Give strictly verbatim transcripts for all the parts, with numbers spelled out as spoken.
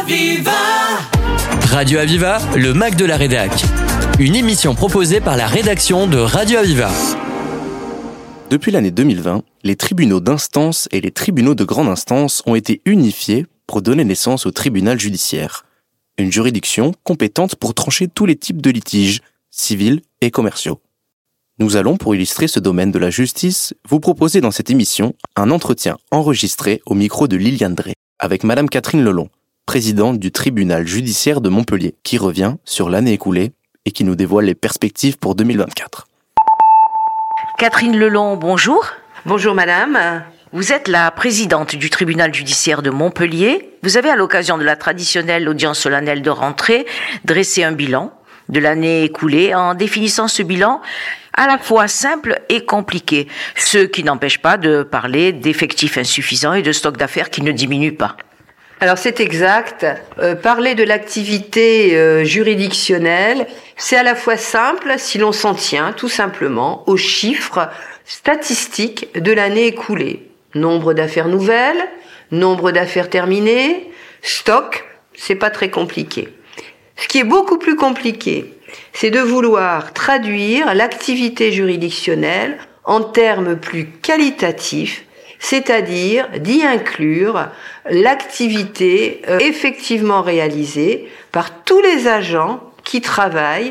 Aviva. Radio Aviva, le Mac de la Rédac. Une émission proposée par la rédaction de Radio Aviva. Depuis l'année deux mille vingt, les tribunaux d'instance et les tribunaux de grande instance ont été unifiés pour donner naissance au tribunal judiciaire. Une juridiction compétente pour trancher tous les types de litiges, civils et commerciaux. Nous allons, pour illustrer ce domaine de la justice, vous proposer dans cette émission un entretien enregistré au micro de Liliane Drey avec Madame Catherine Lelon, présidente du tribunal judiciaire de Montpellier, qui revient sur l'année écoulée et qui nous dévoile les perspectives pour deux mille vingt-quatre. Catherine Lelon, bonjour. Bonjour madame. Vous êtes la présidente du tribunal judiciaire de Montpellier. Vous avez, à l'occasion de la traditionnelle audience solennelle de rentrée, dressé un bilan de l'année écoulée en définissant ce bilan à la fois simple et compliqué, ce qui n'empêche pas de parler d'effectifs insuffisants et de stock d'affaires qui ne diminuent pas. Alors c'est exact, euh, parler de l'activité euh, juridictionnelle, c'est à la fois simple si l'on s'en tient tout simplement aux chiffres statistiques de l'année écoulée. Nombre d'affaires nouvelles, nombre d'affaires terminées, stock, c'est pas très compliqué. Ce qui est beaucoup plus compliqué, c'est de vouloir traduire l'activité juridictionnelle en termes plus qualitatifs, c'est-à-dire d'y inclure l'activité euh, effectivement réalisée par tous les agents qui travaillent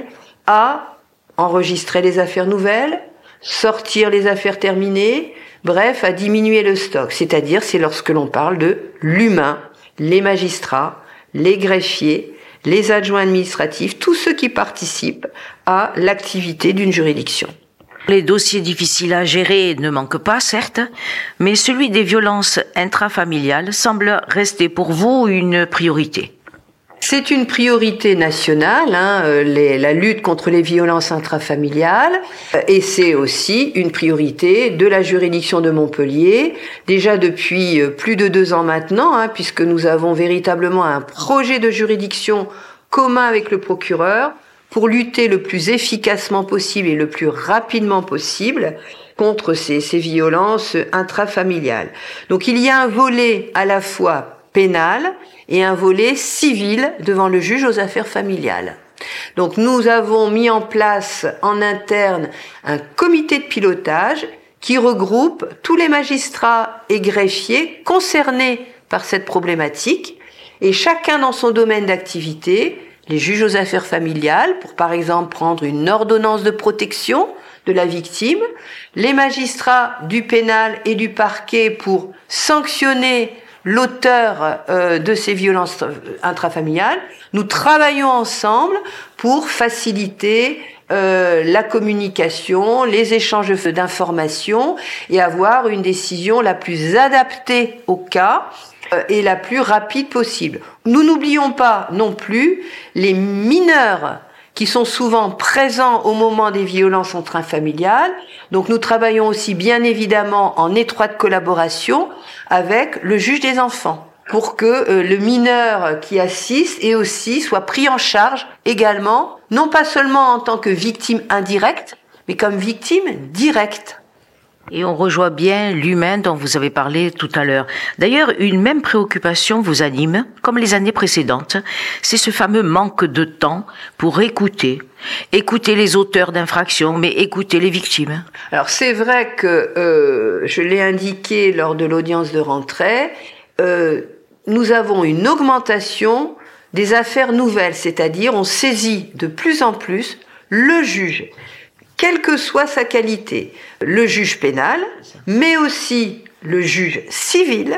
à enregistrer les affaires nouvelles, sortir les affaires terminées, bref, à diminuer le stock. C'est-à-dire, c'est lorsque l'on parle de l'humain, les magistrats, les greffiers, les adjoints administratifs, tous ceux qui participent à l'activité d'une juridiction. Les dossiers difficiles à gérer ne manquent pas, certes, mais celui des violences intrafamiliales semble rester pour vous une priorité. C'est une priorité nationale, hein, les, la lutte contre les violences intrafamiliales, et c'est aussi une priorité de la juridiction de Montpellier, déjà depuis plus de deux ans maintenant, hein, puisque nous avons véritablement un projet de juridiction commun avec le procureur pour lutter le plus efficacement possible et le plus rapidement possible contre ces, ces violences intrafamiliales. Donc il y a un volet à la fois pénal et un volet civil devant le juge aux affaires familiales. Donc nous avons mis en place en interne un comité de pilotage qui regroupe tous les magistrats et greffiers concernés par cette problématique et chacun dans son domaine d'activité, les juges aux affaires familiales pour par exemple prendre une ordonnance de protection de la victime, les magistrats du pénal et du parquet pour sanctionner l'auteur euh, de ces violences intrafamiliales. Nous travaillons ensemble pour faciliter euh, la communication, les échanges d'informations et avoir une décision la plus adaptée au cas euh, et la plus rapide possible. Nous n'oublions pas non plus les mineurs qui sont souvent présents au moment des violences intrafamiliales. Donc nous travaillons aussi bien évidemment en étroite collaboration avec le juge des enfants pour que euh, le mineur qui assiste et aussi soit pris en charge également, non pas seulement en tant que victime indirecte, mais comme victime directe. Et on rejoint bien l'humain dont vous avez parlé tout à l'heure. D'ailleurs, une même préoccupation vous anime, comme les années précédentes, c'est ce fameux manque de temps pour écouter. Écouter les auteurs d'infractions, mais écouter les victimes. Alors c'est vrai que, euh, je l'ai indiqué lors de l'audience de rentrée, euh, nous avons une augmentation des affaires nouvelles, c'est-à-dire on saisit de plus en plus le juge, quelle que soit sa qualité, le juge pénal, mais aussi le juge civil,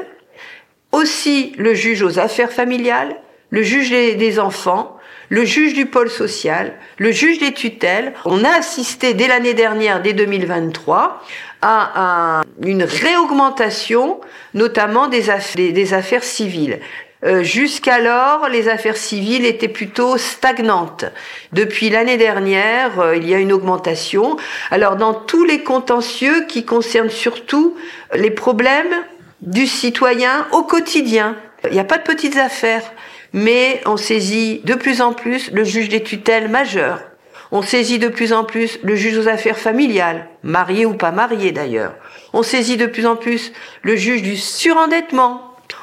aussi le juge aux affaires familiales, le juge des, des enfants, le juge du pôle social, le juge des tutelles. On a assisté dès l'année dernière, dès deux mille vingt-trois, à, à une réaugmentation, notamment des affaires, des, des affaires civiles. Euh, jusqu'alors, les affaires civiles étaient plutôt stagnantes. Depuis l'année dernière, euh, il y a une augmentation. Alors, dans tous les contentieux qui concernent surtout les problèmes du citoyen au quotidien, il n'y a pas de petites affaires, mais on saisit de plus en plus le juge des tutelles majeures. On saisit de plus en plus le juge aux affaires familiales, marié ou pas marié d'ailleurs. On saisit de plus en plus le juge du surendettement.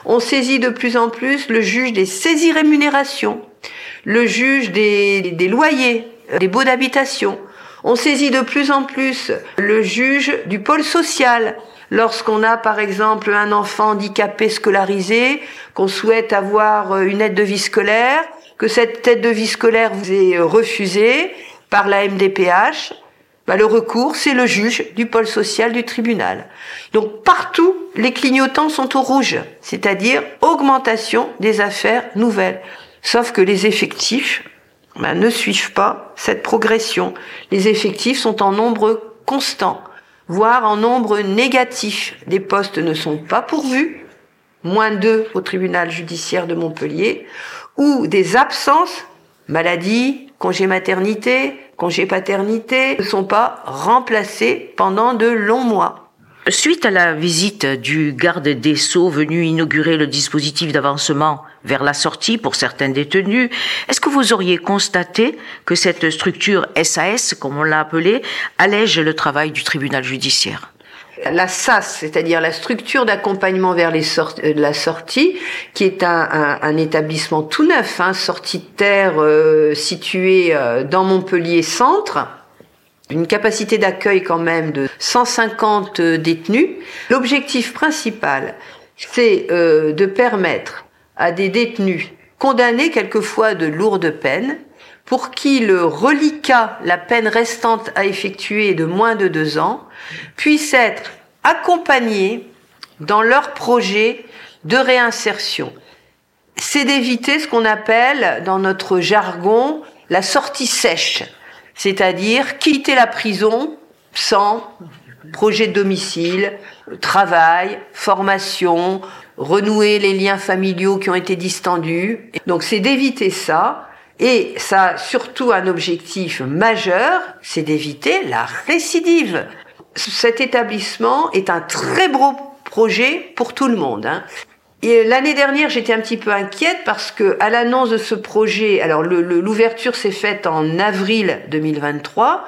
On saisit de plus en plus le juge des saisies rémunérations, le juge des, des loyers, des baux d'habitation. On saisit de plus en plus le juge du pôle social. Lorsqu'on a par exemple un enfant handicapé scolarisé, qu'on souhaite avoir une aide de vie scolaire, que cette aide de vie scolaire vous est refusée par la M D P H, bah le recours, c'est le juge du pôle social du tribunal. Donc partout, les clignotants sont au rouge, c'est-à-dire augmentation des affaires nouvelles. Sauf que les effectifs bah, ne suivent pas cette progression. Les effectifs sont en nombre constant, voire en nombre négatif. Les postes ne sont pas pourvus, moins deux au tribunal judiciaire de Montpellier, ou des absences, maladie, congé maternité, congé paternité, ne sont pas remplacés pendant de longs mois. Suite à la visite du garde des Sceaux venu inaugurer le dispositif d'avancement vers la sortie pour certains détenus, est-ce que vous auriez constaté que cette structure S A S, comme on l'a appelée, allège le travail du tribunal judiciaire ? La S A S, c'est-à-dire la structure d'accompagnement vers les sort- la sortie, qui est un, un, un établissement tout neuf, hein, sortie de terre euh, situé euh, dans Montpellier Centre, une capacité d'accueil quand même de cent cinquante détenus. L'objectif principal, c'est euh, de permettre à des détenus condamnés quelquefois de lourdes peines, pour qui le reliquat, la peine restante à effectuer de moins de deux ans, puisse être accompagnés dans leur projet de réinsertion. C'est d'éviter ce qu'on appelle, dans notre jargon, la sortie sèche, c'est-à-dire quitter la prison sans projet de domicile, travail, formation, renouer les liens familiaux qui ont été distendus. Donc c'est d'éviter ça. Et ça a surtout un objectif majeur, c'est d'éviter la récidive. Cet établissement est un très beau projet pour tout le monde, hein. Et l'année dernière, j'étais un petit peu inquiète parce que à l'annonce de ce projet, alors le, le, l'ouverture s'est faite en avril deux mille vingt-trois,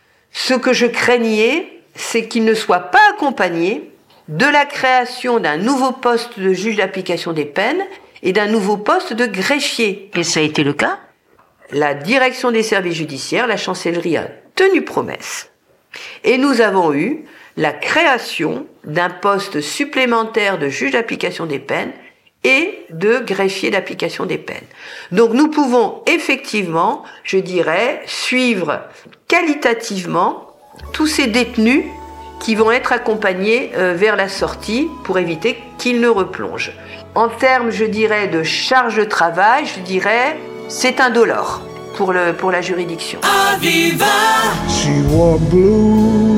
ce que je craignais, c'est qu'il ne soit pas accompagné de la création d'un nouveau poste de juge d'application des peines et d'un nouveau poste de greffier. Et ça a été le cas ? La direction des services judiciaires, la chancellerie a tenu promesse. Et nous avons eu la création d'un poste supplémentaire de juge d'application des peines et de greffier d'application des peines. Donc nous pouvons effectivement, je dirais, suivre qualitativement tous ces détenus qui vont être accompagnés euh, vers la sortie pour éviter qu'ils ne replongent. En termes, je dirais, de charge de travail, je dirais, c'est indolore pour, le, pour la juridiction. Aviva! She wore blue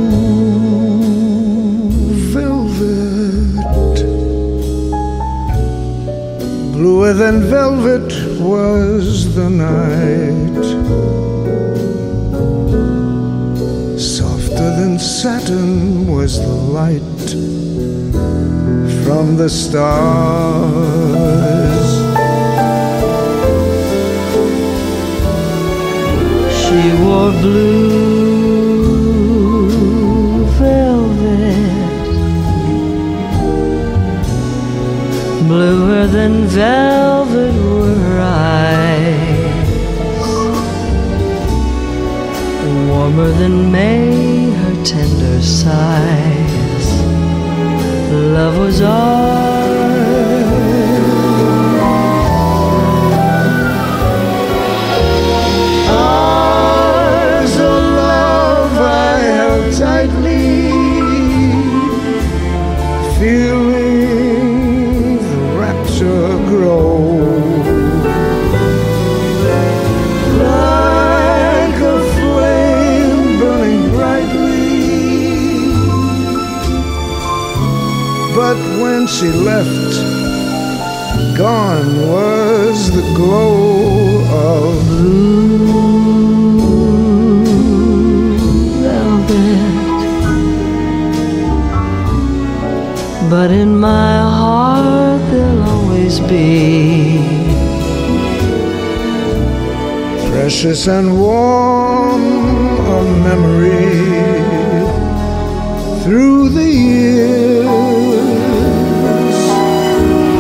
velvet. Bluer than velvet was the night. Softer than satin was the light from the stars. She wore blue velvet, bluer than velvet were her eyes, warmer than May her tender sighs. Love was ours, ours, oh love I held tightly, feeling the rapture grow. Like a flame burning brightly, but when she left, gone was the glow of blue velvet. But in my heart there'll always be precious and warm a memory through the years.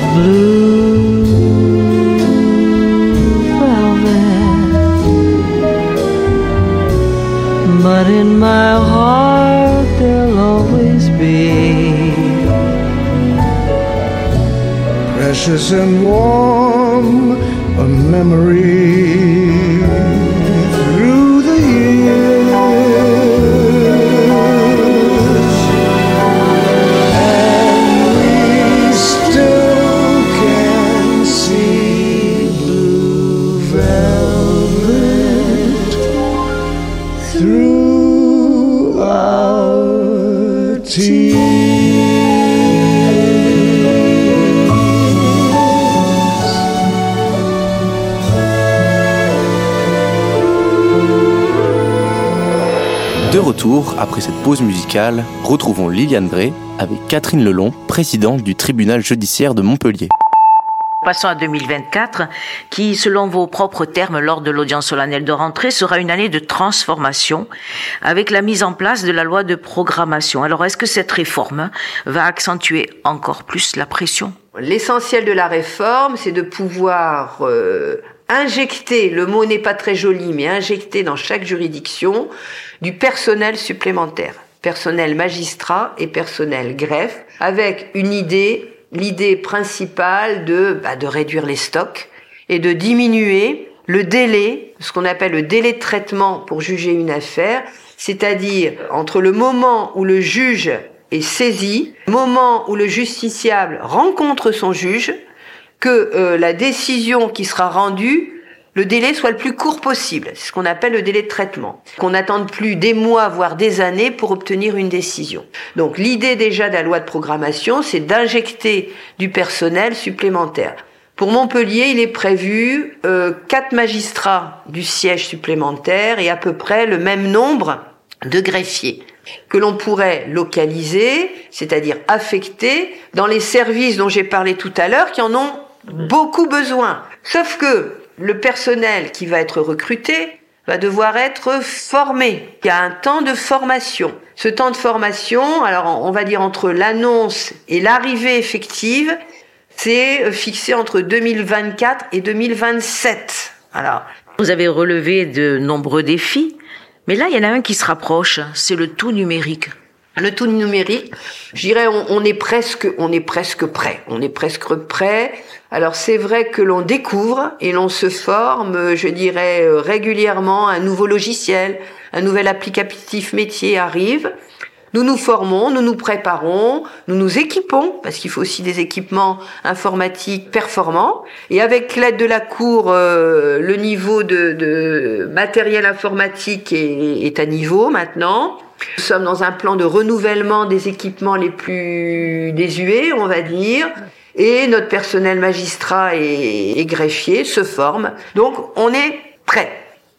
blue velvet, but in my heart there'll always be precious and warm a memory through the years. De retour, après cette pause musicale, retrouvons Liliane Bray avec Catherine Lelon, présidente du tribunal judiciaire de Montpellier. Passons à deux mille vingt-quatre, qui, selon vos propres termes lors de l'audience solennelle de rentrée, sera une année de transformation avec la mise en place de la loi de programmation. Alors, est-ce que cette réforme va accentuer encore plus la pression ? L'essentiel de la réforme, c'est de pouvoir euh, injecter, le mot n'est pas très joli, mais injecter dans chaque juridiction du personnel supplémentaire, personnel magistrat et personnel greffe, avec une idée, l'idée principale de, bah, de réduire les stocks et de diminuer le délai, ce qu'on appelle le délai de traitement pour juger une affaire, c'est-à-dire entre le moment où le juge est saisi, le moment où le justiciable rencontre son juge, que euh, la décision qui sera rendue, le délai soit le plus court possible. C'est ce qu'on appelle le délai de traitement. Qu'on n'attende plus des mois, voire des années pour obtenir une décision. Donc l'idée déjà de la loi de programmation, c'est d'injecter du personnel supplémentaire. Pour Montpellier, il est prévu euh, quatre magistrats du siège supplémentaire et à peu près le même nombre de greffiers que l'on pourrait localiser, c'est-à-dire affecter dans les services dont j'ai parlé tout à l'heure, qui en ont beaucoup besoin. Sauf que le personnel qui va être recruté va devoir être formé. Il y a un temps de formation. Ce temps de formation, alors on va dire entre l'annonce et l'arrivée effective, c'est fixé entre deux mille vingt-quatre et deux mille vingt-sept. Alors, vous avez relevé de nombreux défis, mais là, il y en a un qui se rapproche, c'est le tout numérique. Le tout numérique, je dirais, on, on est presque, on est presque prêt. On est presque prêt. Alors c'est vrai que l'on découvre et l'on se forme, je dirais, régulièrement. Un nouveau logiciel, un nouvel applicatif métier arrive. Nous nous formons, nous nous préparons, nous nous équipons, parce qu'il faut aussi des équipements informatiques performants. Et avec l'aide de la Cour, euh, le niveau de, de matériel informatique est, est à niveau maintenant. Nous sommes dans un plan de renouvellement des équipements les plus désuets, on va dire. Et notre personnel magistrat et, et greffier se forme. Donc, on est prêt.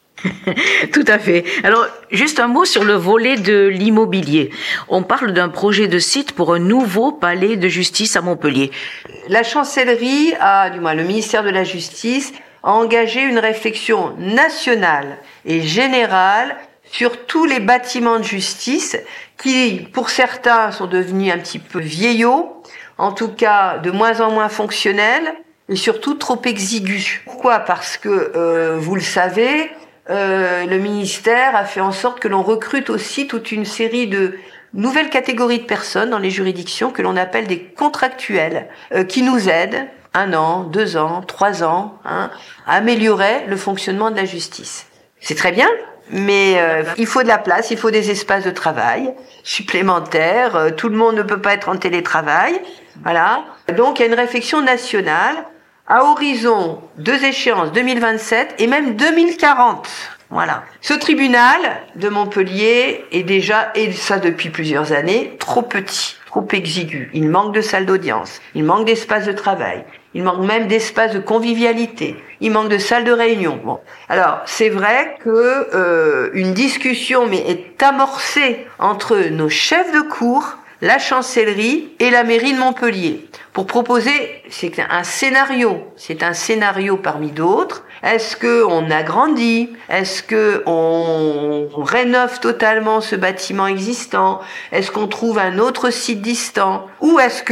Tout à fait. Alors, juste un mot sur le volet de l'immobilier. On parle d'un projet de site pour un nouveau palais de justice à Montpellier. La chancellerie, a, du moins le ministère de la Justice, a engagé une réflexion nationale et générale sur tous les bâtiments de justice qui, pour certains, sont devenus un petit peu vieillots, en tout cas de moins en moins fonctionnels et surtout trop exigus. Pourquoi ? Parce que, euh, vous le savez, euh, le ministère a fait en sorte que l'on recrute aussi toute une série de nouvelles catégories de personnes dans les juridictions que l'on appelle des contractuels, euh, qui nous aident un an, deux ans, trois ans, hein, à améliorer le fonctionnement de la justice. C'est très bien. Mais euh, il faut de la place, il faut des espaces de travail supplémentaires. Euh, tout le monde ne peut pas être en télétravail. Voilà. Donc il y a une réflexion nationale à horizon deux échéances, deux mille vingt-sept et même deux mille quarante. Voilà. Ce tribunal de Montpellier est déjà, et ça depuis plusieurs années, trop petit, trop exigu. Il manque de salles d'audience, il manque d'espace de travail, il manque même d'espace de convivialité, il manque de salles de réunion. Bon. Alors, c'est vrai que euh, une discussion mais est amorcée entre nos chefs de cour, la chancellerie et la mairie de Montpellier pour proposer, c'est un scénario, c'est un scénario parmi d'autres. Est-ce que on agrandit? Est-ce que on rénove totalement ce bâtiment existant? Est-ce qu'on trouve un autre site distant? Ou est-ce que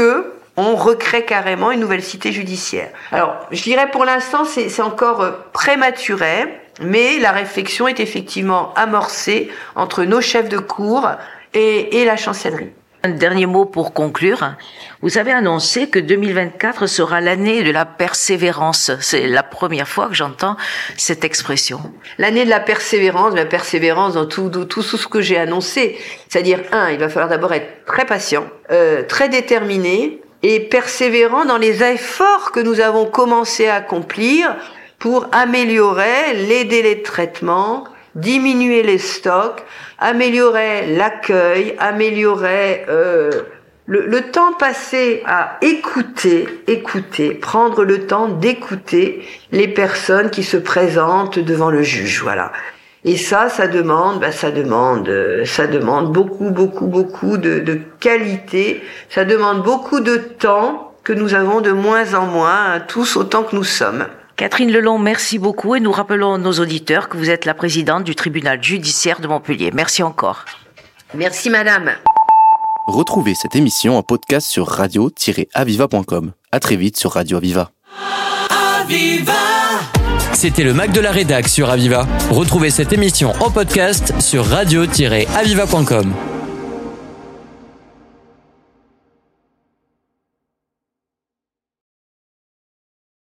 on recrée carrément une nouvelle cité judiciaire. Alors, je dirais pour l'instant, c'est, c'est encore prématuré, mais la réflexion est effectivement amorcée entre nos chefs de cour et, et la chancellerie. Un dernier mot pour conclure. Vous avez annoncé que deux mille vingt-quatre sera l'année de la persévérance. C'est la première fois que j'entends cette expression. L'année de la persévérance, de la persévérance dans tout, tout, tout ce que j'ai annoncé. C'est-à-dire, un, il va falloir d'abord être très patient, euh, très déterminé et persévérant dans les efforts que nous avons commencé à accomplir pour améliorer les délais de traitement, diminuer les stocks, améliorer l'accueil, améliorer euh, le, le temps passé à écouter, écouter, prendre le temps d'écouter les personnes qui se présentent devant le juge, voilà. Et ça, ça demande, bah, ça demande, ça demande beaucoup, beaucoup, beaucoup de, de qualité. Ça demande beaucoup de temps que nous avons de moins en moins, hein, tous autant que nous sommes. Catherine Lelong, merci beaucoup et nous rappelons à nos auditeurs que vous êtes la présidente du tribunal judiciaire de Montpellier. Merci encore. Merci madame. Retrouvez cette émission en podcast sur radio tiret aviva point com. À très vite sur Radio Aviva. Aviva. C'était le Mac de la Rédac sur Aviva. Retrouvez cette émission en podcast sur radio tiret aviva point com.